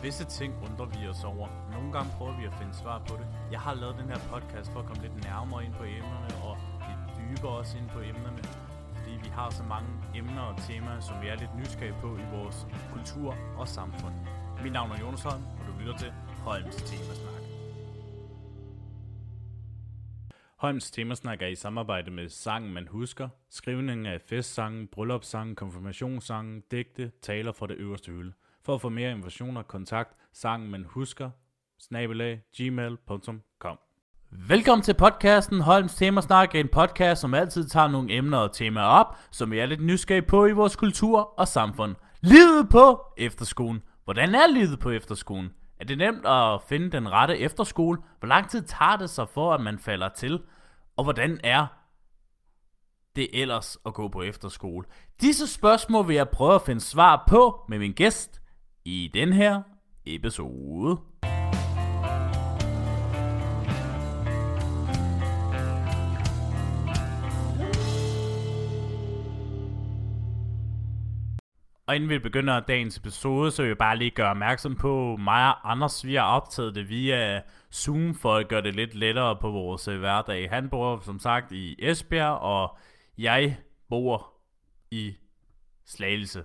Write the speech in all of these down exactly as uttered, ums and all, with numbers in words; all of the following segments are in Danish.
Visse ting undrer vi os over. Nogle gange prøver vi at finde svar på det. Jeg har lavet den her podcast for at komme lidt nærmere ind på emnerne og lidt dybere også ind på emnerne. Fordi vi har så mange emner og temaer, som vi er lidt nysgerrige på i vores kultur og samfund. Mit navn er Jonas Holm, og du lytter til Holms Temasnak. Holms Temasnak er i samarbejde med Sangen Man Husker, skrivningen af festsangen, bryllupssangen, konfirmationssangen, digte, taler fra det øverste hylde. For at få mere informationer, kontakt sangen man husker, snabelag, gmail punktum com. Velkommen til podcasten Holms Temasnak, en podcast, som altid tager nogle emner og temaer op, som vi er lidt nysgerrige på i vores kultur og samfund. Livet på efterskolen. Hvordan er livet på efterskolen? Er det nemt at finde den rette efterskole? Hvor lang tid tager det sig for, at man falder til? Og hvordan er det ellers at gå på efterskole? Disse spørgsmål vil jeg prøve at finde svar på med min gæst i den her episode. Og inden vi begynder dagens episode, så vil jeg bare lige gøre opmærksom på, mig og Anders, vi har optaget det via Zoom for at gøre det lidt lettere på vores hverdag. Han bor som sagt i Esbjerg, og jeg bor i Slagelse.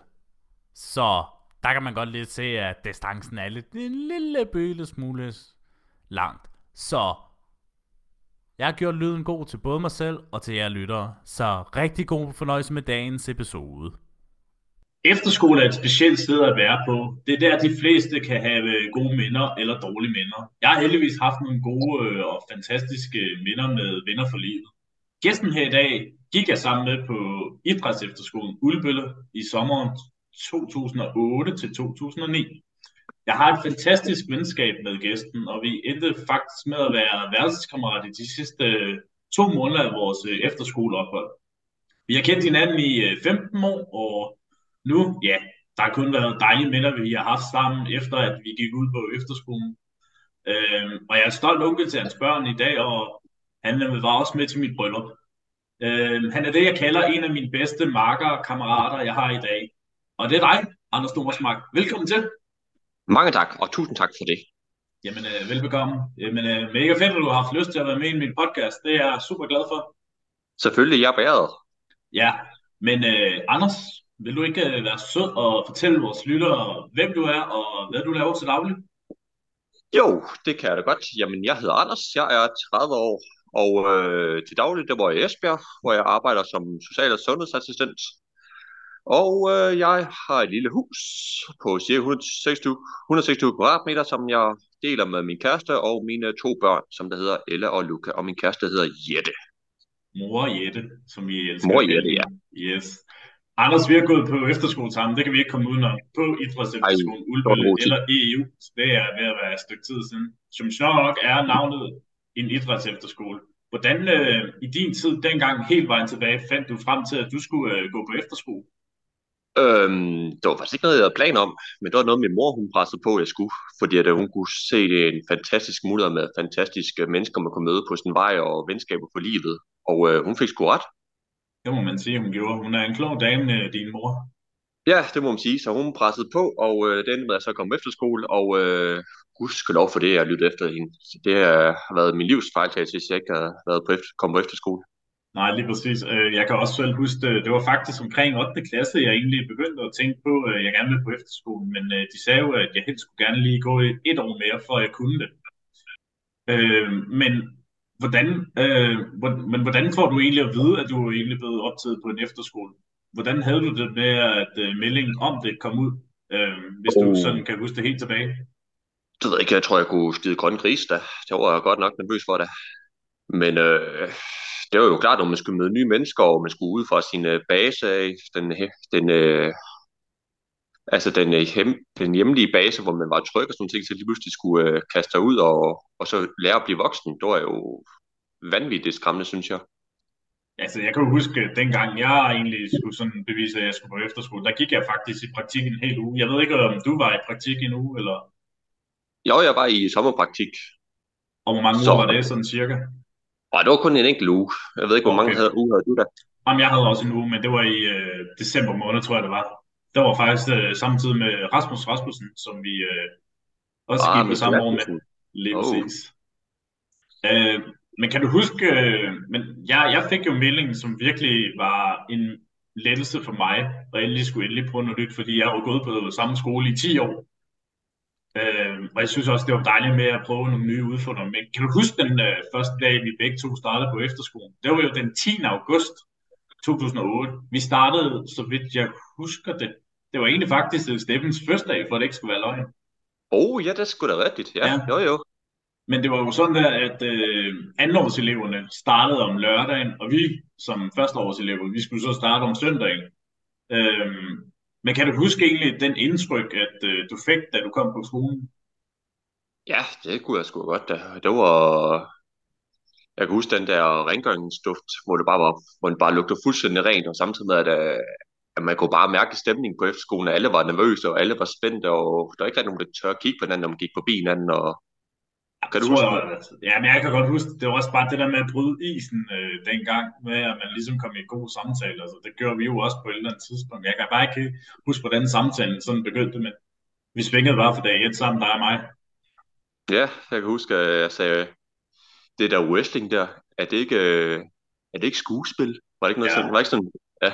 Så der kan man godt lidt se, at distancen er lidt en lille bøle smule langt. Så jeg har gjort lyden god til både mig selv og til jer lyttere. Så rigtig god fornøjelse med dagens episode. Efterskole er et specielt sted at være på. Det er der, de fleste kan have gode minder eller dårlige minder. Jeg har heldigvis haft nogle gode og fantastiske minder med venner for livet. Gæsten her i dag gik jeg sammen med på Idrætsefterskolen Ulbølle i sommeren to tusind og otte til to tusind og ni. Jeg har et fantastisk venskab med gæsten, og vi endte faktisk med at være værelseskammerater de sidste to måneder af vores efterskoleophold. Vi har kendt hinanden i femten år, og nu, ja, der har kun været dejlige minder, vi har haft sammen, efter at vi gik ud på efterskolen. Øhm, og jeg er stolt onkel til hans børn i dag, og han var også med til mit bryllup. Øhm, han er det, jeg kalder en af mine bedste marker og kammerater, jeg har i dag. Og det er dig, Anders Thomasmark. Velkommen til. Mange tak, og tusind tak for det. Jamen, øh, velbekomme. Jamen, øh, mega fedt, at du har haft lyst til at være med i min podcast. Det er jeg super glad for. Selvfølgelig, jeg er bæret. Ja, men øh, Anders, vil du ikke øh, være sød og fortælle vores lyttere, hvem du er og hvad du laver til daglig? Jo, det kan jeg da godt. Jamen, jeg hedder Anders, jeg er tredive år, og øh, til daglig, der bor jeg i Esbjerg, hvor jeg arbejder som social- og sundhedsassistent. Og øh, jeg har et lille hus på cirka et hundrede og seksogtyve kvadratmeter, som jeg deler med min kæreste og mine to børn, som der hedder Ella og Luca, og min kæreste hedder Jette. Mor Jette, som vi elsker. Mor Jette, ja. Yes. Anders, vi har gået på efterskole sammen, det kan vi ikke komme udenom, på Idrætsefterskolen Ulbølle eller E U, så det er ved at være et stykke tid siden. Som sjovt nok er navnet en idrætsefterskole. Hvordan øh, i din tid dengang helt vejen tilbage fandt du frem til, at du skulle øh, gå på efterskole? Øhm, det var faktisk ikke noget, jeg havde plan om, men det var noget, min mor hun pressede på, at jeg skulle, fordi at hun kunne se det en fantastisk mulighed med fantastiske mennesker, man kunne møde på sin vej og venskaber for livet, og øh, hun fik sgu ret. Det må man sige, hun gjorde. Hun er en klog dame, din mor. Ja, det må man sige, så hun pressede på, og øh, det endte med at så komme på efterskole, og øh, gudskelov for det, jeg har lyttet efter hende. Det har været min livs fejltagelse, hvis jeg ikke havde været på efter, kommet på efterskole. Nej, lige præcis. Jeg kan også selv huske, det var faktisk omkring ottende klasse, jeg egentlig begyndte at tænke på, at jeg gerne ville på efterskolen, men de sagde jo, at jeg helst skulle gerne lige gå et år mere, for at jeg kunne det. Men hvordan, men hvordan får du egentlig at vide, at du er egentlig blevet optaget på en efterskole? Hvordan havde du det med, at meldingen om det kom ud, hvis du sådan kan huske det helt tilbage? Det ved jeg ikke, jeg tror, jeg kunne skide grønne gris da. Det var jeg godt nok nervøs for det. Men øh, det var jo klart, når man skulle møde nye mennesker, og man skulle ud fra sin øh, base af, den, den, øh, altså den, øh, hem, den hjemlige base, hvor man var tryg og sådan ting, så lige pludselig skulle øh, kaste sig ud og, og så lære at blive voksen. Det var jo vanvittigt skræmmende, synes jeg. Altså, jeg kan jo huske, dengang jeg egentlig skulle sådan bevise, at jeg skulle på efterskole, der gik jeg faktisk i praktik en hel uge. Jeg ved ikke, om du var i praktik en uge, eller? Jo, jeg var i sommerpraktik. Og hvor mange så... uger var det sådan cirka? Og det var kun en enkelt uge. Jeg ved ikke, hvor okay. mange havde, uger havde du da? Jamen, jeg havde også en uge, men det var i øh, december måned, tror jeg det var. Det var faktisk øh, samtidig med Rasmus Rasmussen, som vi, øh, Også Ah, gik på Michael samme år med. Asmussen. Lige Oh. præcis. Øh, men kan du huske, øh, men jeg, jeg fik jo meldingen, som virkelig var en lettelse for mig, og endelig skulle endelig prøve noget nyt, fordi jeg har jo gået på samme skole i ti år. Øh, og jeg synes også, det var dejligt med at prøve nogle nye udfordringer. Men kan du huske den øh, første dag, vi begge to startede på efterskolen? Det var jo den tiende august to tusind og otte. Vi startede, så vidt jeg husker det. Det var egentlig faktisk øh, Steffens første dag, for at det ikke skulle være løgn. Oh, ja, det er sgu da rigtigt. Ja, Ja, jo jo. men det var jo sådan der, at øh, andenårseleverne startede om lørdagen, og vi som førsteårselever, vi skulle så starte om søndagen. Øhm, men kan du huske egentlig den indtryk, at øh, du fik, da du kom på skolen? Ja, det kunne jeg sgu godt da. Det var, jeg kan huske den der rengøringsduft, hvor det bare var, hvor det bare lugtede fuldstændig rent, og samtidig med, at, øh, at man kunne bare mærke stemningen på efterskolen, og alle var nervøse, og alle var spændte, og der var ikke rigtig nogen, der tør at kigge på hinanden, når man gik forbi hinanden, og Det kan du tror huske jeg, det? altså, ja, men jeg kan godt huske, det var også bare det der med at bryde isen øh, dengang, med at man ligesom kom i en god samtale. Altså, det gjorde vi jo også på et eller andet tidspunkt. Jeg kan bare ikke huske, hvordan samtalen sådan begyndte, men vi svingede bare for dag et sammen, dig og mig. Ja, jeg kan huske, at jeg sagde, det der wrestling der, er det ikke, øh, er det ikke skuespil? Var det ikke noget sådan? Var Ja, det ikke sådan? Ja.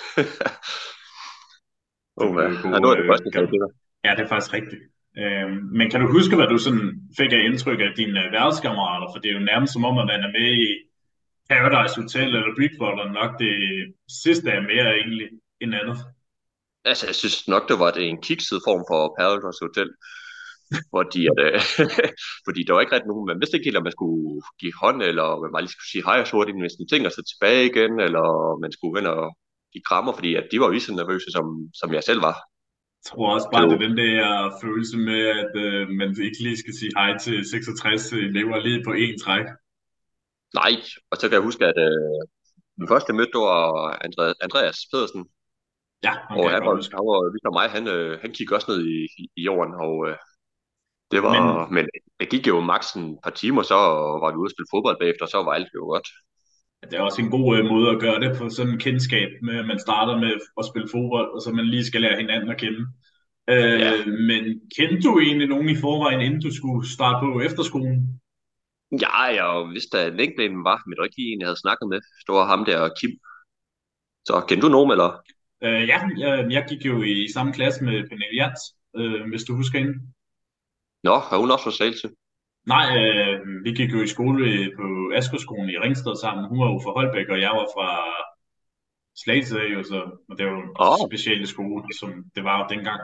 det Oh, var ja. jo Ja, det var gode. det Øh, første, jeg sagde gam- til dig. ja, det er faktisk rigtigt. Øh, men kan du huske, hvad du sådan fik af indtryk af dine øh, værelseskammerater? For det er jo nærmest som om, at man er med i Paradise Hotel eller Big Brother. Nok det sidste er mere egentlig end andet. Altså, jeg synes nok, det var det en kikset form for Paradise Hotel, fordi, at, øh, fordi der var ikke rigtig nogen, man vidste ikke helt, om man skulle give hånd, eller om man bare lige skulle sige hej og så hurtigt, hvis man tænker sig tilbage igen, eller om man skulle ind og give krammer, fordi at de var jo lige så nervøse, som, som jeg selv var. Jeg tror også Det bare, var, det er den der følelse med, at øh, man ikke lige skal sige hej til seksogtres elever lige på én træk. nej, og så kan jeg huske, at øh, den første mødte, det var Andre, Andreas Pedersen, Ja, ham og kan jeg han godt var, huske. han var ligesom mig, han, øh, han kiggede også ned i, i, i jorden, og øh, det var, Men men det gik jo maks et par timer, så var vi ude at spille fodbold bagefter, og så var alt jo godt. det er også en god øh, måde at gøre det på sådan en kendskab med, at man starter med at spille fodbold, og så man lige skal lære hinanden at kende. Ja, Øh, men kendte du egentlig nogen i forvejen, inden du skulle starte på efterskolen? ja, jeg vidste, at en enkelt en var, men det var ikke lige en, jeg havde snakket med. Det var ham der, Kim. Så kendte du nogen, eller? Øh, ja, jeg, jeg gik jo i samme klasse med Pernille Jans, øh, hvis du husker hende. Nå, har hun også fået Slagelse? Nej, øh, vi gik jo i skole øh, på Askerskolen i Ringsted sammen. Hun var jo fra Holbæk, og jeg var fra Slagelse, jo, så og det var jo en Åh, oh, speciel skole, som det var jo dengang.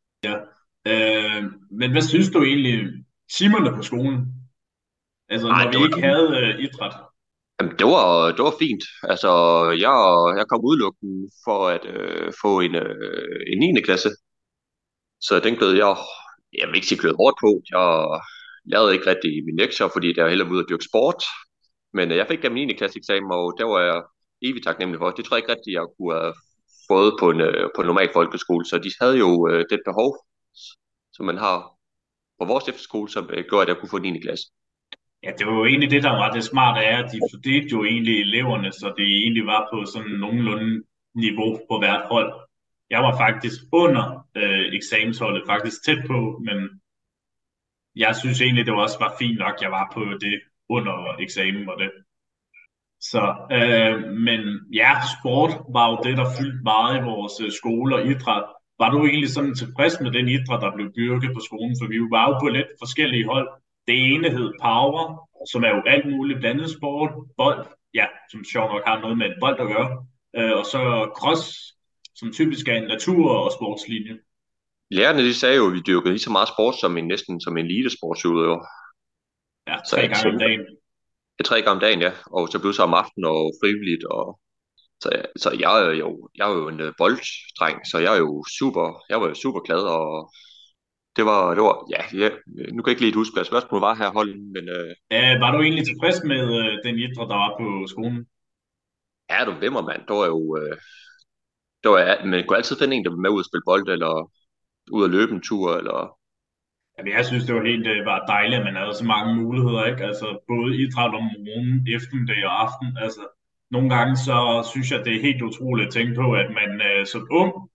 Øh, men hvad synes du egentlig, timerne på skolen? Altså, nej, når vi det var, ikke havde øh, idræt. jamen, det var, det var fint. Altså, jeg, jeg kom udelukkende for at øh, få en, øh, en niende klasse. Så den gled jeg, jeg vil ikke sige glød hårdt på. Jeg lavede ikke rigtig mine lektier, fordi der var hellere ude at dyrke sport. Men øh, jeg fik da min niende klasse eksamen, og der var jeg evigt taknemmelig for. Det tror jeg ikke rigtig, jeg kunne have fået på en, øh, på en normal folkeskole. Så de havde jo øh, det behov, som man har på vores efterskole, som øh, gjorde, at jeg kunne få niende klasse. Ja, det var jo egentlig det, der var det smarte af, at de fordelte jo egentlig eleverne, så det egentlig var på sådan nogenlunde niveau på hvert hold. Jeg var faktisk under øh, eksamensholdet, faktisk tæt på, men jeg synes egentlig, det også var fint nok, jeg var på det under eksamen var det. Så, øh, men ja, sport var jo det, der fyldte meget i vores øh, skole og idræt. Var du egentlig sådan tilfreds med den idræt, der blev dyrket på skolen? For vi var jo på lidt forskellige hold. Det ene hed power, som er jo alt muligt blandet sport, bold, ja, som sjovt nok har noget med en bold at gøre, øh, og så cross, som typisk er en natur- og sportslinje. Lærerne de sagde jo, at vi dyrkede lige så meget sport som en næsten som en elitesportsudøver. Ja, Så tre jeg gange om tænker, dagen. det er tre gange om dagen, ja. Og så blev så om aftenen og frivilligt. Og, så, så jeg er jo, jeg er jo en øh, bolddreng, så jeg er jo super, jeg var jo super glad. Og det var, det var ja, ja, nu kan jeg ikke lige huske, hvad spørgsmålet var her, Holden, men øh, Øh, var du egentlig tilfreds med øh, den idræt, der var på skolen? er du vimmer, mand? Det var jo, øh, det var, man kunne altid finde en, der var med ud at spille bold, eller ud at løbe en tur, eller Jamen, jeg synes, det var helt øh, var dejligt, at man havde så mange muligheder, ikke? Altså, både idræt om morgenen, eftermiddag og aften. Altså, nogle gange så synes jeg, det er helt utroligt at tænke på, at man øh, som ung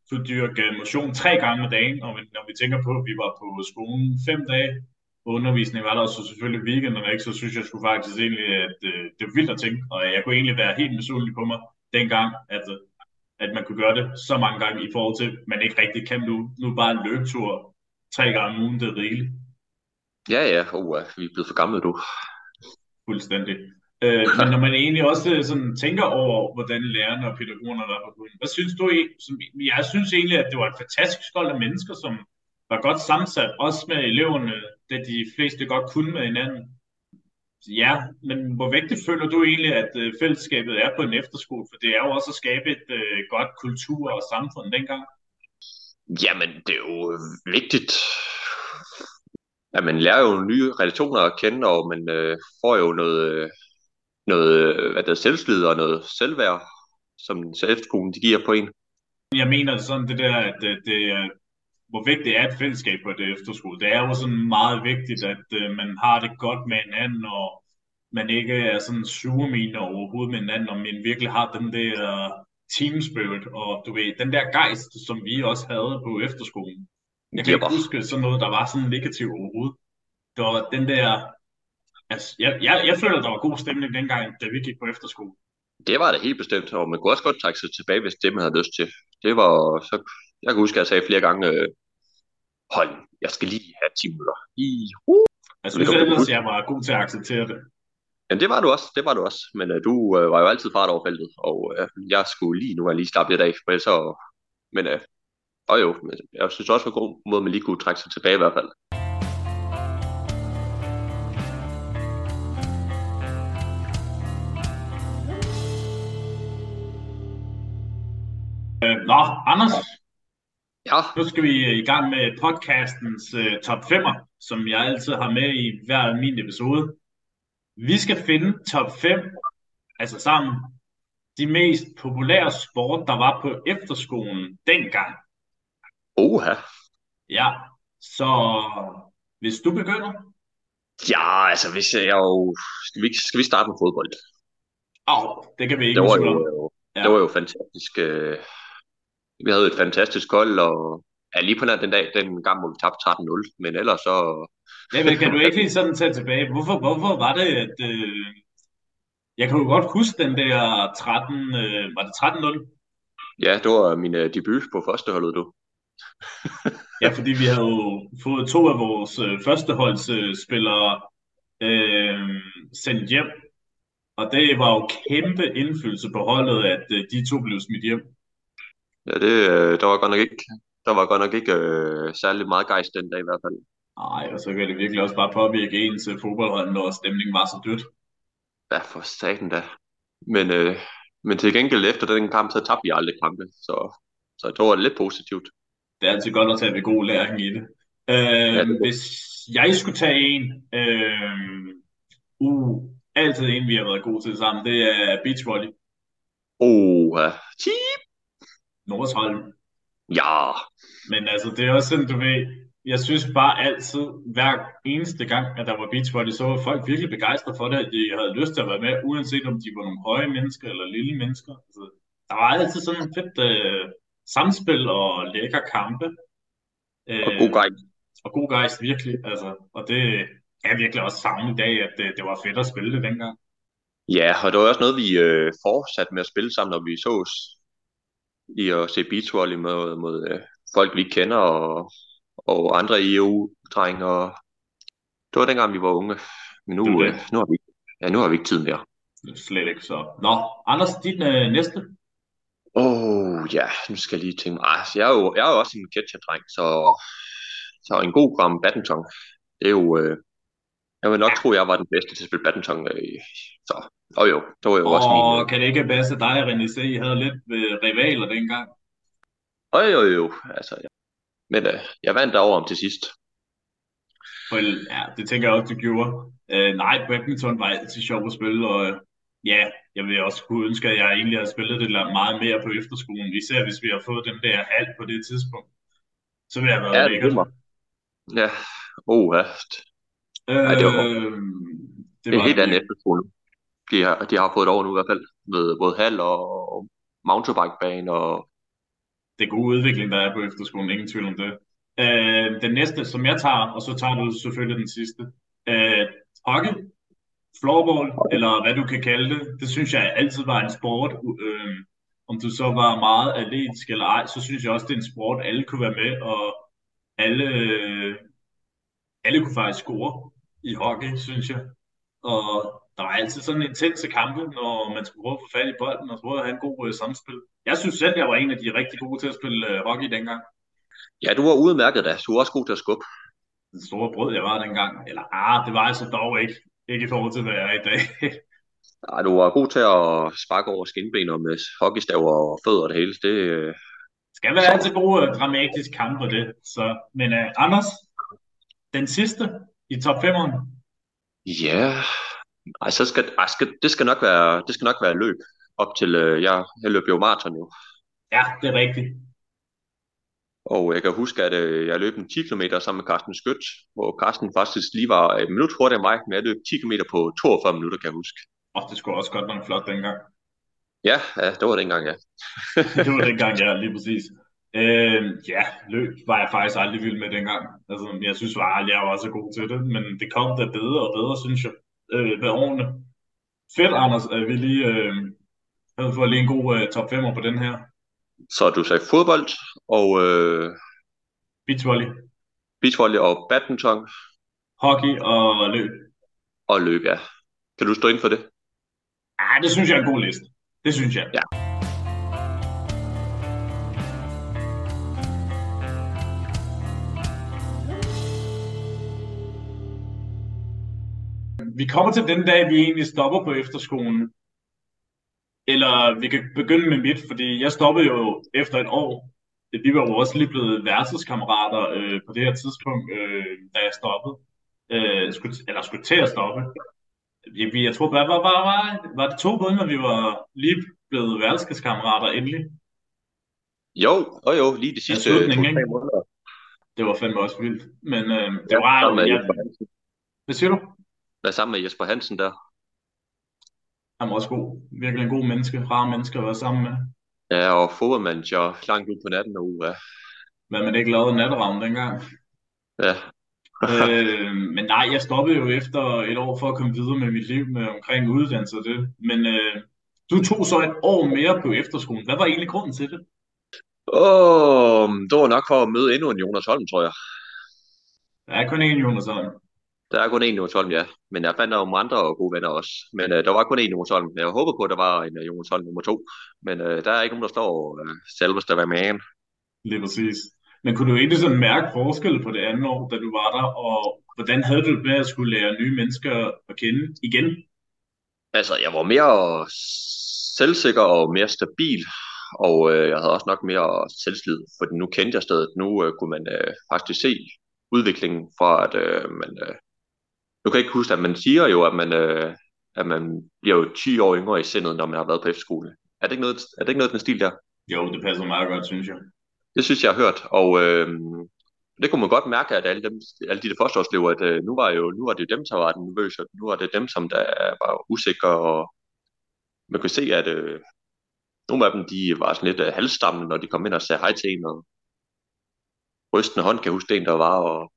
kunne dyrke motion tre gange om dagen, og når vi tænker på, at vi var på skolen fem dage, og undervisning var der også selvfølgelig weekenderne, ikke, så synes jeg sgu faktisk egentlig, at øh, det var vildt at tænke, og jeg kunne egentlig være helt misundelig på mig dengang, at, øh, at man kunne gøre det så mange gange i forhold til, at man ikke rigtig kan nu. Nu bare en løbetur tre gange om ugen, det er rigeligt. Ja, ja, oh, vi er blevet for gamle, du. Fuldstændig. Øh, men når man egentlig også sådan tænker over, hvordan lærerne og pædagogerne var på skolen, hvad synes du egentlig? Jeg synes egentlig, at det var et fantastisk hold af mennesker, som var godt sammensat, også med eleverne, da de fleste godt kunne med hinanden. Ja, men hvor vigtigt føler du egentlig, at øh, fællesskabet er på en efterskole? For det er jo også at skabe et øh, godt kultur og samfund dengang. Jamen, det er jo vigtigt, at man lærer jo nye relationer at kende, og man øh, får jo noget, øh, noget øh, hvad der er selvslid og noget selvværd, som efterskolen de giver på en. Jeg mener sådan det der, at det, det er, hvor vigtigt er et fællesskab på det efterskole. Det er jo sådan meget vigtigt, at øh, man har det godt med hinanden, og man ikke er sådan surmine overhovedet med hinanden, og man virkelig har den der team spirit, og du ved, den der gejst, som vi også havde på efterskolen. Jeg kan ikke huske sådan noget, der var sådan negativt overhovedet. Det var den der, altså, jeg, jeg, jeg føler, der var god stemning dengang, da vi gik på efterskole. Det var det helt bestemt, og man kunne også godt trække sig tilbage, hvis det man havde lyst til. Det var så, jeg kan huske, at jeg sagde flere gange, øh, hold, jeg skal lige have ti minutter. I, uh. Jeg synes ellers, jeg var god til at acceptere det. Jamen det var du også, det var du også. Men uh, du uh, var jo altid fart over feltet, og uh, jeg skulle lige nu lige starte lidt af, for så, men uh, og jo, men jeg synes også, det var en god måde, man lige kunne trække sig tilbage i hvert fald. Øh, nå, Anders, ja. Nu skal vi i gang med podcastens uh, top femmer, som jeg altid har med i hver min episode. Vi skal finde top fem, altså sammen, de mest populære sport, der var på efterskolen dengang. Oha. Ja, så hvis du begynder. Ja, altså hvis jeg jo... Skal vi, skal vi starte med fodbold? Åh, oh, det kan vi ikke. Det var jo, ja. Det var jo fantastisk. Øh, vi havde et fantastisk hold, og ja, lige på den dag, den gang, hvor vi tabte tretten nul, men ellers så... Ja, men kan du ikke lige sådan tage tilbage? Hvorfor, hvorfor var det, at... Øh... Jeg kan jo godt huske den der tretten... Øh... Var det tretten nul? Ja, det var min øh, debut på førsteholdet, du. Ja, fordi vi havde jo fået to af vores øh, førsteholdsspillere øh, sendt hjem. Og det var jo kæmpe indflydelse på holdet, at øh, de to blev smidt hjem. Ja, det, øh, der var godt nok ikke, der var godt nok ikke øh, særlig meget gejst den dag i hvert fald. Nej, og så kan det virkelig også bare påvirke ens fodboldhold, når stemningen var så dødt. Ja, for satan da. Men, øh, men til gengæld efter den kamp, så tabte vi aldrig kampe. Så, så det var lidt positivt. Det er altid godt at tage ved god læring i det. Øh, ja, det hvis jeg skulle tage en, øh, uh, altid en, vi har været gode til sammen, det er beachvolley. Åh, ja. Cheap! Nordsholm. Ja. Men altså, det er også sådan, du ved, jeg synes bare altid, hver eneste gang, at der var beachvolley, så var folk virkelig begejstrede for det, at de havde lyst til at være med, uanset om de var nogle høje mennesker eller lille mennesker. Altså, der var altid sådan et fedt øh, samspil og lækker kampe. Øh, og god gejst. Og god gejst, virkelig. Altså, og det er virkelig også savnet i dag, at det, det var fedt at spille det dengang. Ja, og det var også noget, vi øh, fortsatte med at spille sammen, når vi sås i at se beachvolley mod, mod øh, folk, vi kender, og, og andre I E U-drenge. Og det var dengang, vi var unge. Men nu, øh, nu, har, vi, ja, nu har vi ikke tid mere. Slet ikke så. Nå, Anders, din øh, næste? Åh, oh, ja, nu skal jeg lige tænke mig. Ah, jeg, er jo, jeg er jo også en catcher-dreng, så, så en god gram badminton. Det er jo... Øh, jeg vil nok tro, at jeg var den bedste til at spille badminton. Øh, så, og jo, det var jo og også min... Og kan det ikke passe dig, René C? I havde lidt øh, rivaler dengang? Og jo, jo, altså... Ja. Men øh, jeg vandt derover om til sidst. Well, ja, det tænker jeg også, du gjorde. Øh, nej, badminton var altid sjovt at spille, og øh, ja, jeg vil også kunne ønske, at jeg egentlig havde spillet det meget mere på efterskolen, især hvis vi har fået den der halv på det tidspunkt. Så ville jeg have været ja, lækkert. Ja, oh, ja. Øh, Ej, det var det det er en helt anden efterskole. De har, de har fået det over nu i hvert fald, med både hal og mountainbikebane og det gode udvikling, der er på efterskolen, ingen tvivl om det. Øh, den næste, som jeg tager, og så tager du selvfølgelig den sidste. Øh, hockey, floorball, eller hvad du kan kalde det, det synes jeg altid var en sport. Øh, om du så var meget atletisk eller ej, så synes jeg også, det er en sport, alle kunne være med, og alle, alle kunne faktisk score i hockey, synes jeg. Og der var altid sådan en intense kampe, når man skulle prøve at få fat i bolden og prøve at have en god øh, samspil. Jeg synes selv, jeg var en af de rigtig gode til at spille øh, hockey dengang. Ja, du var udmærket da. Du var også god til at skubbe. Den store brød, jeg var dengang. Eller ah, det var altså dog ikke. Ikke i forhold til, hvad jeg er i dag. Ja, du var god til at sparke over skinbener med hockeystaver og fødder og det hele. Det øh, skal være altid gode øh, dramatiske kampe det. Så, men uh, Anders, den sidste i top femeren. Ja, ej, så skal, ej, skal, det skal nok være, det skal nok være løb op til, øh, jeg, jeg løb jo maraton jo. Ja, det er rigtigt. Og jeg kan huske, at øh, jeg løb en ti kilometer sammen med Carsten Skødt, hvor Carsten faktisk lige var et minut hurtigere end mig, men jeg løb ti kilometer på toogfyrre minutter, kan jeg huske. Og det skulle også godt nok flot dengang. Ja, ja, det var dengang, ja. Det var dengang, ja, lige præcis. Øh, ja, løb var jeg faktisk aldrig vild med dengang. Altså, jeg synes bare aldrig, jeg var så god til det, men det kom da bedre og bedre, synes jeg, øh, med årene. Fedt, Anders, at vi lige øh, havde fået lige en god øh, top femmer på den her. Så du sagde fodbold og øh, beachvolley, beachvolley og badminton. Hockey og løb. Og løb, ja. Kan du stå ind for det? Ja, det synes jeg er en god liste. Det synes jeg. Ja. Vi kommer til den dag, vi egentlig stopper på efterskolen. Eller vi kan begynde med mit, fordi jeg stoppede jo efter et år. Vi var jo også lige blevet værelseskammerater øh, på det her tidspunkt, øh, da jeg stoppede. Øh, skulle, eller skulle til at stoppe. Jeg, jeg tror, hvad var, var, var, var det to måneder, vi var lige blevet værelseskammerater endelig? Jo, og jo, lige de sidste to, tre måneder. Det var fandme også vildt. Men øh, det ja, var jo... Ja, hvad siger du? Hvad sammen med Jesper Hansen der? Han var også god. Virkelig en god menneske. Rar menneske at være sammen med. Ja, og fodboldmanager langt ud på natten og uge. Ja. Hvad man ikke lavede natteravn dengang. Ja. øh, men nej, jeg stoppede jo efter et år for at komme videre med mit liv med omkring uddannelse og det. Men øh, du tog så et år mere på efterskolen. Hvad var egentlig grunden til det? Åh, oh, det var nok for at møde endnu en Jonas Holm, tror jeg. Der er kun en Jonas Holm. Der er kun en Jonas Holm, ja. Men jeg fandt nogle andre gode venner også. Men øh, der var kun en Jonas Holm. Jeg håber på, at der var en uh, Jonas Holm nummer to. Men øh, der er ikke nogen, der står uh, selveste der var med. Lige præcis. Men kunne du egentlig sådan mærke forskel på det andet år, da du var der? Og hvordan havde du det med at skulle lære nye mennesker at kende igen? Altså, jeg var mere selvsikker og mere stabil. Og øh, jeg havde også nok mere selvslid. Fordi nu kendte jeg stedet. Nu øh, kunne man øh, faktisk se udviklingen fra, at øh, man... Øh, Du kan ikke huske, at man siger jo, at man, øh, at man bliver jo ti år yngre i sindet, når man har været på efterskole. Er det ikke noget, er det ikke noget den stil der? Jo, det passer meget godt, synes jeg. Det synes jeg, jeg har hørt, og øh, det kunne man godt mærke, at alle, dem, alle de der førsteårselever, at øh, nu, var jo, nu var det jo dem, der var nervøse, nu var det dem, som der var usikre, og man kunne se, at øh, nogle af dem, de var sådan lidt øh, halvstammende, når de kom ind og sagde hej til en, og rystende hånd, kan jeg huske, en der var, og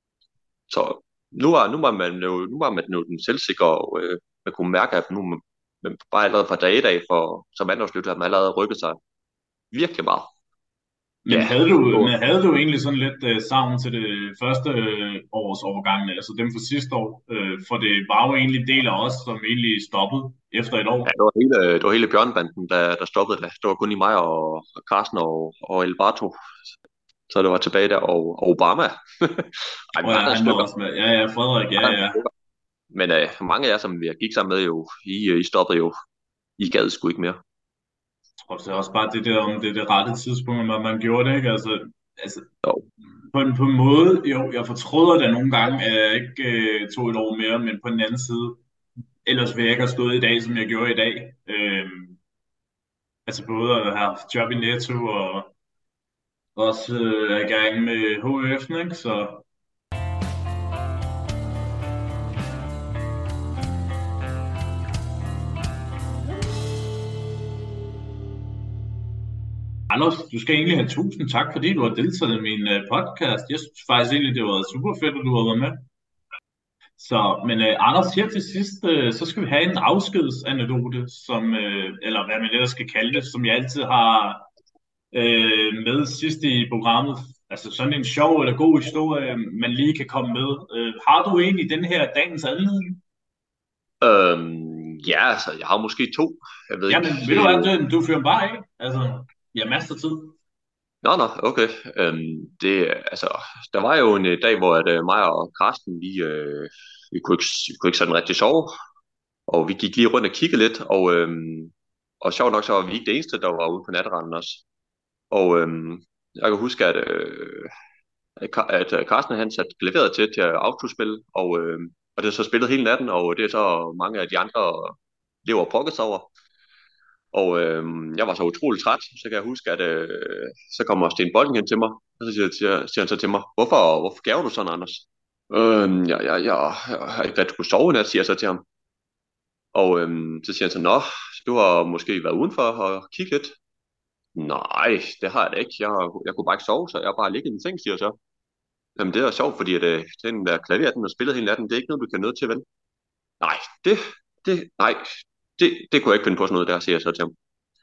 så... Nu var, nu var man jo nu var man jo den selvsikre, og øh, man kunne mærke, at nu man, man bare allerede fra dag i dag, for som andenårslytter, har man allerede rykket sig virkelig meget. Men, ja. havde, du, men havde du egentlig sådan lidt uh, savn til det første uh, års overgangene, altså dem for sidste år? Uh, for det var jo egentlig del af os, som egentlig stoppede efter et år. Ja, det var hele, det var hele bjørnbanden, der, der stoppede det. Det var kun i mig og, og Carsten og, og Elbarto. Så det var tilbage der, og, og Obama. Ej, oh, ja, han var også med. Ja, ja, Frederik, ja, ja. Men øh, mange af jer, som vi gik sammen med, jo, I, I stoppede jo. I gad sgu ikke mere. Jeg tror det er også bare det der, om det er det rette tidspunkt, når man gjorde det, ikke? Altså, altså på, en, på en måde, jo, jeg fortryder det nogle gange, at jeg ikke øh, tog et år mere, men på den anden side, ellers ville jeg ikke have stået i dag, som jeg gjorde i dag. Øh, altså både at have job i Netto, og også øh, er i gang med H F'en, ikke? Så... Anders, du skal egentlig have tusind tak, fordi du har deltaget i min uh, podcast. Jeg synes faktisk egentlig, det var super fedt, at du har været med. Så, men uh, Anders, her til sidst, uh, så skal vi have en afskedsanekdote, som, uh, eller hvad man ellers skal kalde det, som jeg altid har uh, med sidst i programmet. Altså sådan en sjov eller god historie, man lige kan komme med. Uh, har du egentlig den her dagens anledning? Øhm, ja, altså, jeg har måske to. Jeg ved Jamen, ikke. ved du hvad, du, du fører bare af. Altså, jeg har masser af tid. Nå, nå, okay. Øhm, det, altså, der var jo en øh, dag, hvor at, øh, mig og Karsten, vi, øh, vi, kunne ikke, vi kunne ikke sådan rigtig sove, og vi gik lige rundt og kiggede lidt, og, øhm, og sjovt nok, så var vi ikke det eneste, der var ude på natteranden også. Og øhm, jeg kan huske, at, øh, at Ka- at øh, Karsten han satte klaveret til til at autospille, og, øh, og det er så spillet hele natten, og det er så mange af de andre lever pokket sig over. Og øh, jeg var så utrolig træt, så kan jeg huske, at øh, så kommer Sten Bolden hen til mig, og så siger, siger, siger han så til mig, hvorfor, hvorfor gav du sådan, Anders? Øh, ja, ja, ja, jeg har ikke rigtig kunne sove i nat, siger jeg så til ham. Og øh, så siger han så, nå, du har måske været udenfor og kigge lidt. Nej, det har jeg da ikke. Jeg, jeg kunne bare ikke sove, så jeg har bare ligget i min seng, siger jeg så. Jamen det er sjovt, fordi at, øh, den der klaver, den har spillet hele natten, det er ikke noget, du kan nødt til at vende. Nej, det, det, nej, det, det kunne jeg ikke finde på sådan noget der, siger jeg så til ham.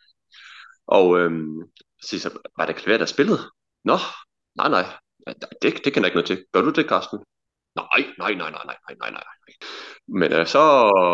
Og øhm, så siger jeg så, var det klaver, der spillede? Nå, nej, nej, ja, det, det kan jeg ikke noget til. Gør du det, Karsten? Nej, nej, nej, nej, nej, nej, nej, nej. Men øh, så,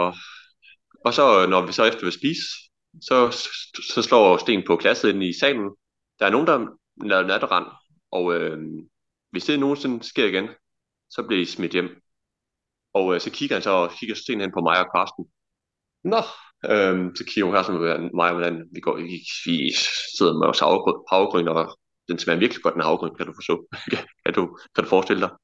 og så når vi så efter vil spise, så, så slår Sten på klasset ind i salen. Der er nogen, der laver natterand, og øh, hvis det nogensinde sker igen, så bliver I smidt hjem. Og øh, så kigger han så og kigger Sten hen på mig og Karsten. Nå, øhm, så kigger hun her som mig og hvordan vi går. Vi, vi sidder med vores havregryn, havregryn, og den smager virkelig godt, den havregryn, kan du forstå. kan, du, kan du forestille dig?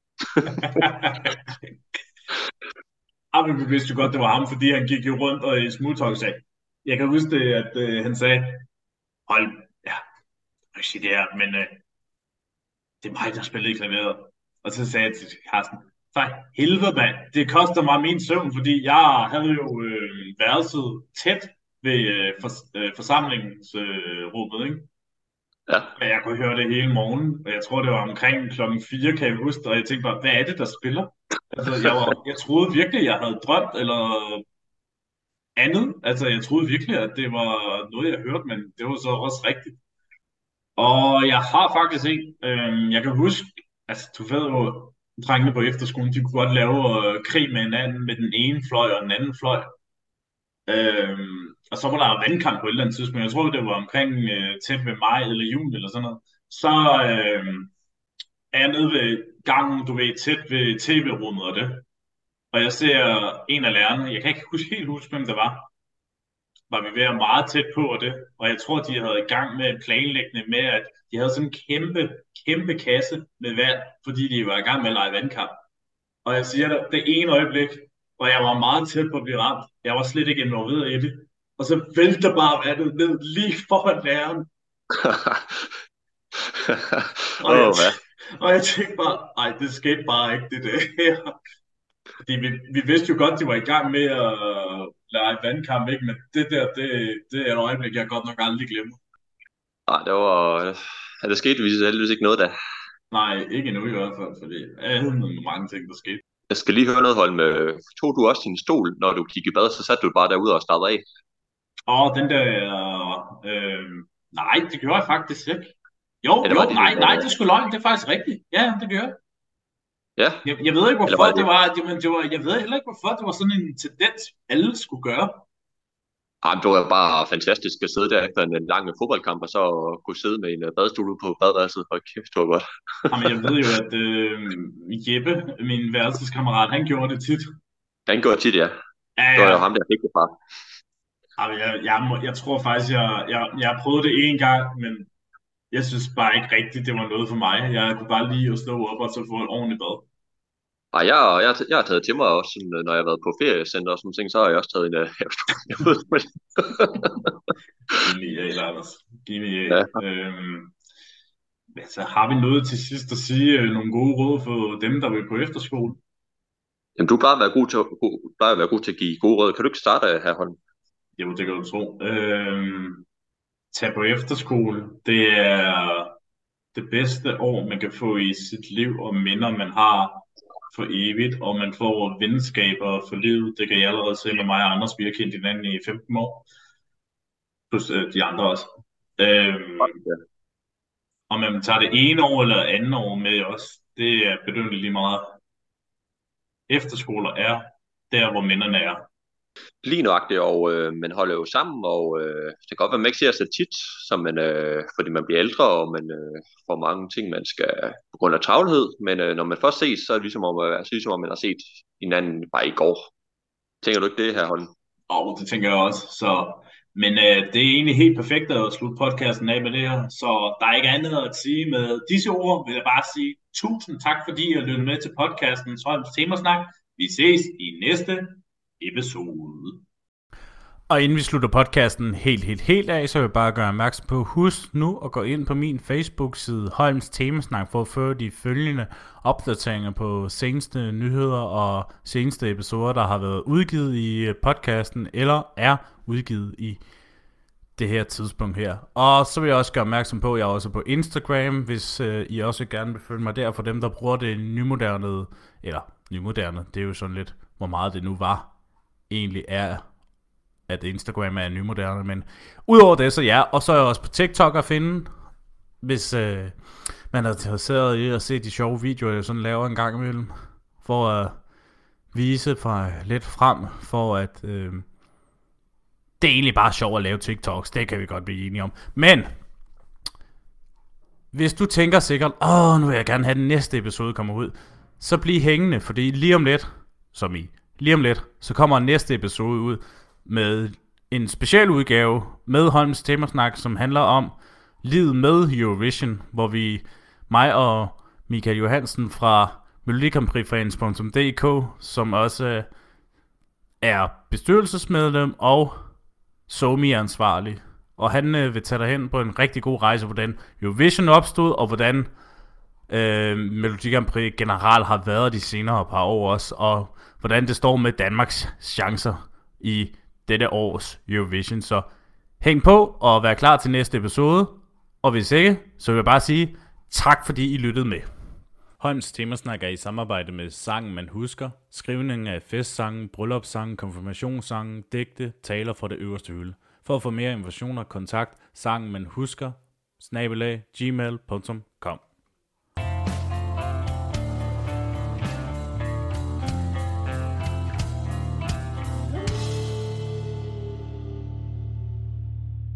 Ah, men vi vidste jo godt, det var ham, fordi han gik jo rundt og i smugtalk sagde. Jeg kan huske det, at øh, han sagde, hold, ja, jeg kan sige det her, men øh, det er mig, der spillede i klaveret. Og så sagde jeg til Carsten, for helvede mand, det koster mig min søvn, fordi jeg havde jo øh, værelset tæt ved øh, for, øh, forsamlingsrummet, øh, ikke? Ja. Og jeg kunne høre det hele morgen, og jeg tror, det var omkring klokken fire, kan jeg huske, og jeg tænkte bare, hvad er det, der spiller? Altså, jeg, var, jeg troede virkelig, jeg havde drømt, eller andet. Altså, jeg troede virkelig, at det var noget, jeg hørte, men det var så også rigtigt. Og jeg har faktisk ikke, øh, jeg kan huske, altså, du ved jo, drengene på efterskolen, de kunne godt lave øh, krig med hinanden, med den ene fløj og den anden fløj. Øhm, og så var der jo vandkamp på et eller andet tidspunkt. Jeg tror, det var omkring øh, tæt ved maj eller juni eller sådan noget. Så øh, er jeg nede ved gangen, du ved, tæt ved tv-rummet og det. Og jeg ser en af lærerne, jeg kan ikke huske, helt huske, hvem det var, var vi ved at meget tæt på og det. Og jeg tror, de havde i gang med planlæggende med, at de havde sådan en kæmpe, kæmpe kasse med vand, fordi de var i gang med at lege vandkamp. Og jeg siger dig, det ene øjeblik, og jeg var meget tæt på at blive ramt. Jeg var slet ikke involveret i det. Og så vælter bare vandet ned lige foran læreren. og, jeg t- og jeg tænkte bare, nej, det skete bare ikke, det der. Fordi vi, vi vidste jo godt, de var i gang med at lege vandkamp, ikke? Men det der, det, det er et øjeblik, jeg godt nok aldrig glemmer. Nej, det var... Ja, det skete heldigvis ikke noget da. Nej, ikke endnu i hvert fald, fordi jeg havde mange ting, der skete. Jeg skal lige høre noget, Holm. Tog du også din stol, når du gik i bad, så satte du bare derude og startede af? Åh, den der... Øh, nej, det gjorde jeg faktisk ikke. Jo, ja, det jo, det, nej, det, nej, det skulle løgn, det er faktisk rigtigt. Ja, det gør jeg. Ja. Jeg, jeg ved ikke, hvorfor det, det var, det, men det var, jeg ved heller ikke, hvorfor det var sådan en tendens, alle skulle gøre. Ah, det var bare fantastisk at sidde der efter en lang fodboldkamp, og så kunne sidde med en badestol ude på badeværelset. Hold kæft, det var godt. Jamen, jeg ved jo, at øh, Jeppe, min værelseskammerat, han gjorde det tit. Han gjorde tit, ja. Ja, ja. Det var jo ham, der fik det fra. Jamen, jeg, jeg, jeg tror faktisk, jeg, jeg, jeg prøvede det en gang, men jeg synes bare ikke rigtigt, det var noget for mig. Jeg kunne bare lige at stå op og så få et ordentligt bad. Ej, jeg, jeg, jeg har taget til mig også, sådan, når jeg har været på feriecenter og sådan ting, så har jeg også taget en havestol. Genial, Anders. Genial. Ja. Øhm, altså, har vi noget til sidst at sige, nogle gode råd for dem, der vil på efterskole? Jamen, du plejer at være god til, god, plejer at være god til at give gode råd. Kan du ikke starte her, Holm? Jo, det kan du tro. Øhm, tage på efterskole. Det er det bedste år, man kan få i sit liv, og minder, man har for evigt, og man får venskaber for livet. Det kan jeg allerede se med mig og Anders. Vi har kendt hinanden i femten år, plus øh, de andre også. Øhm, om man tager det ene år eller andet år med os, det er bedømmeligt lige meget. Efterskoler er der, hvor minderne er. Lige nøjagtigt, og øh, man holder jo sammen, og øh, det kan godt være, man ikke ser så tit, som man, øh, fordi man bliver ældre, og man øh, får mange ting, man skal på grund af travlhed, men øh, når man først ses, så er det ligesom om, øh, så ligesom om man har set hinanden bare i går. Tænker du ikke det her, Holm? Og det tænker jeg også. Så, men øh, det er egentlig helt perfekt at slutte podcasten af med det her, så der er ikke andet at sige. Med disse ord vil jeg bare sige tusind tak, fordi I har lyttet med til podcasten Holms Temasnak. Vi ses i næste episode. Og inden vi slutter podcasten helt, helt, helt af, så vil jeg bare gøre opmærksom på, husk nu at gå ind på min Facebook-side Holms Temasnak for at få de følgende opdateringer på seneste nyheder og seneste episoder, der har været udgivet i podcasten, eller er udgivet i det her tidspunkt her. Og så vil jeg også gøre opmærksom på, at jeg er også på Instagram, hvis øh, I også gerne vil følge mig der, for dem, der bruger det nymoderne, eller nymoderne, det er jo sådan lidt, hvor meget det nu var, egentlig er, at Instagram er nymoderne, men udover det, så ja, og så er jeg også på TikTok at finde, hvis øh, man er interesseret i at se de sjove videoer, jeg sådan laver en gang imellem, for at vise fra lidt frem, for at øh, det er egentlig bare sjovt at lave TikToks, det kan vi godt blive enige om, men hvis du tænker sikkert, åh, nu vil jeg gerne have den næste episode kommer ud, så bliv hængende, fordi lige om lidt, som i lige om lidt, så kommer næste episode ud, med en special udgave med Holms Temasnak, som handler om livet med Eurovision, hvor vi, mig og Michael Johansen fra melodikamprifans punktum d k, som også er bestyrelsesmedlem og SoMe-ansvarlig. Og han øh, vil tage dig hen på en rigtig god rejse, hvordan Eurovision opstod, og hvordan øh, Melodi Grand Prix generelt har været de senere par år også, og hvordan det står med Danmarks chancer i dette års Eurovision. Så hæng på og vær klar til næste episode. Og hvis ikke, så vil jeg bare sige tak, fordi I lyttede med. Holms Temasnak er i samarbejde med Sangen Man Husker, skrivningen af festsangen, bryllupssangen, konfirmationssangen, digte, taler fra det øverste hylde. For at få mere informationer, kontakt sangen man husker, snabel-a gmail punktum com.